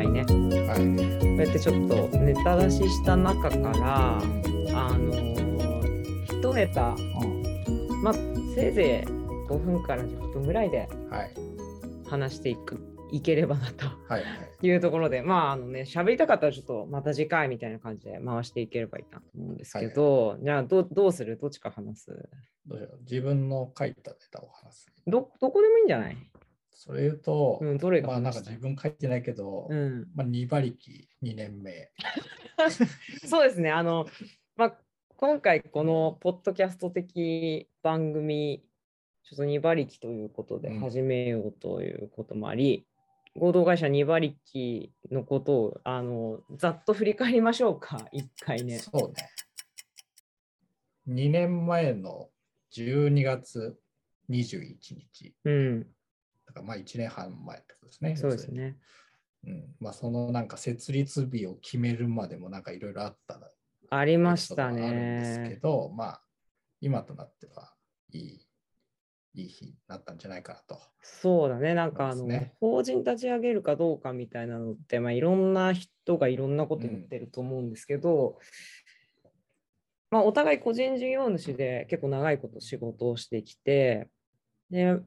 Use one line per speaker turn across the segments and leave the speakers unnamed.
回ね、
はい。
こうやってちょっとネタ出しした中から1ネタ、まあせいぜい5分から10分ぐらいで
はい。
話していければなと
はい。はい。
いうところで、喋りたかったらちょっとまた次回みたいな感じで回していければいいなと思うんですけど、じゃあどうする？どっちか話す？
どうしよう。自分の書いたネタを話す。
どこでもいいんじゃない？
それ言うと、
どれが
なん
話したい？
か自分書いてないけど、2馬力2年目。
そうですね。今回このポッドキャスト的番組、ちょっと2馬力ということで始めようということもあり、合同会社2馬力のことをざっと振り返りましょうか、1回ね。
そうね。2年前の12月21日。だから1年半前ってことですね。
そうですね。
そのなんか設立日を決めるまでもなんかいろいろ
ありました
エピソードがあるんですけ
ね。
ど、今となってはいい日になったんじゃないかなと。
そうだね。なんか法人立ち上げるかどうかみたいなのって、いろんな人がいろんなこと言ってると思うんですけど、お互い個人事業主で結構長いこと仕事をしてきて、で、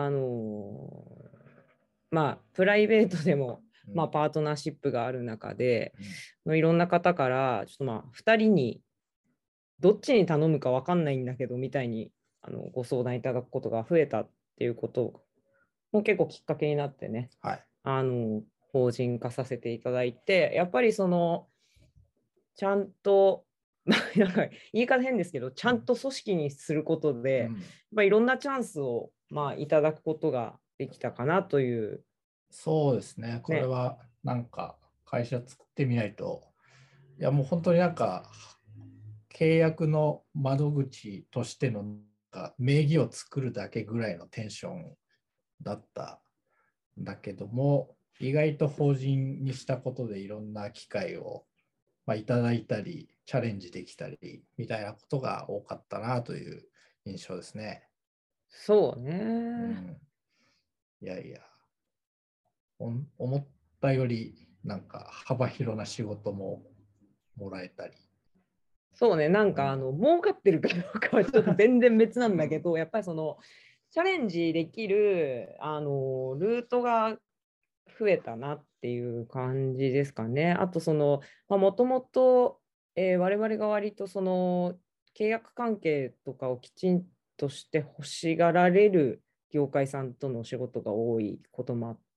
プライベートでも、パートナーシップがある中で、いろんな方から、ちょっと2人にどっちに頼むか分かんないんだけど、みたいにご相談いただくことが増えたっていうことも結構きっかけになってね、
はい、
法人化させていただいて、やっぱりちゃんと、なんか言い方変ですけど、ちゃんと組織にすることで、いろんなチャンスを、いただくことができたかなという。
そうですね。これはなんか会社作ってみないと、いやもう本当になんか契約の窓口としての名義を作るだけぐらいのテンションだったんだけども、意外と法人にしたことでいろんな機会をいただいたり、チャレンジできたりみたいなことが多かったなという印象ですね。
そうね。
いやいや、思ったよりなんか幅広な仕事ももらえたり。
そうね、なんか儲かってるかどうかはちょっと全然別なんだけど、やっぱりチャレンジできるルートが増えたなっていう感じですかね。あともともと我々が割と契約関係とかをきちんとして欲しがられる業界さんとのお仕事が多いこともあって、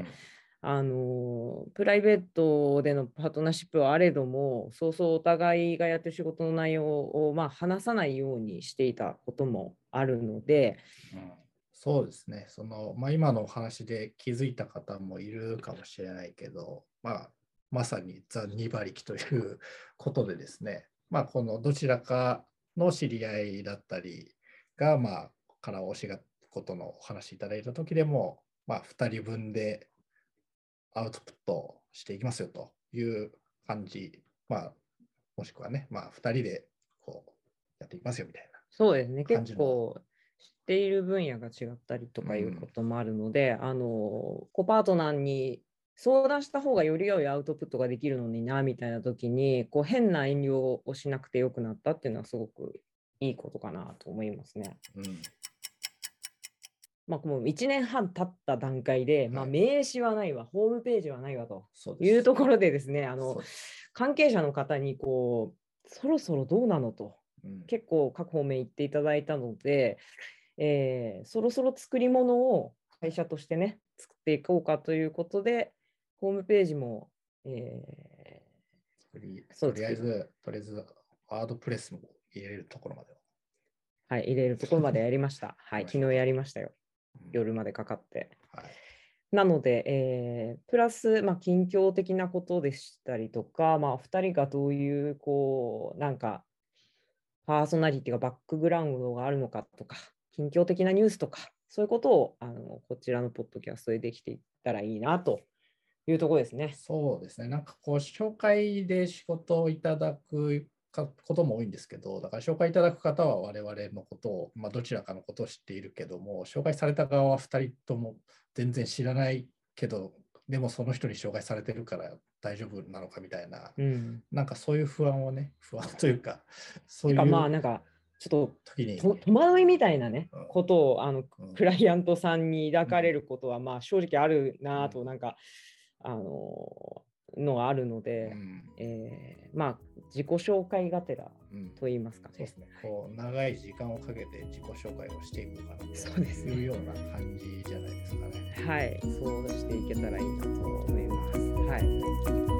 プライベートでのパートナーシップはあれども、そうそうお互いがやってる仕事の内容を話さないようにしていたこともあるので、
そうですね。今のお話で気づいた方もいるかもしれないけど、まさにザ・ニバリキということでですね、このどちらかの知り合いだったりが、からお仕事のお話いただいたときでも、2人分でアウトプットしていきますよという感じ、もしくはね、2人でこうやっていきますよみたいな。
そうですね、結構知っている分野が違ったりとかいうこともあるので、パートナーに相談した方がより良いアウトプットができるのになみたいな時に変な遠慮をしなくてよくなったっていうのはすごくいいことかなと思いますね。もう1年半経った段階で、名刺はないわ、ホームページはないわというところでですね、関係者の方にそろそろどうなのと、結構各方面言っていただいたので、そろそろ作り物を会社としてね、作っていこうかということで、ホームページも、
とりあえずワードプレスも入れるところまで
はい、入れるところまでやりました。はい、昨日やりましたよ。夜までかかって。なので、プラス、近況的なことでしたりとか、2人がどういう、なんか、パーソナリティがバックグラウンドがあるのかとか、近況的なニュースとか、そういうことをこちらのポッドキャストでできていったらいいなというところですね。
そうですね。なんか紹介で仕事をいただくことも多いんですけど、だから紹介いただく方は我々のことを、どちらかのことを知っているけども、紹介された側は2人とも全然知らないけど、 でもその人に障害されてるから大丈夫なのかみたいな、
うん。
なんかそういう不安というか、そういう
なんかちょっ
時に、
と戸惑いみたいなね、
うん
ことを
うん
クライアントさんに抱かれることはまあ正直あるなと、なんかのがあるので、まあ自己紹介がてらと言いますかね。
そうですね。こう長い時間をかけて自己紹介をしていこうかな
そうですね。
というような感じじゃないですかね。
はい、そうしていけたらいいなと思います。はい。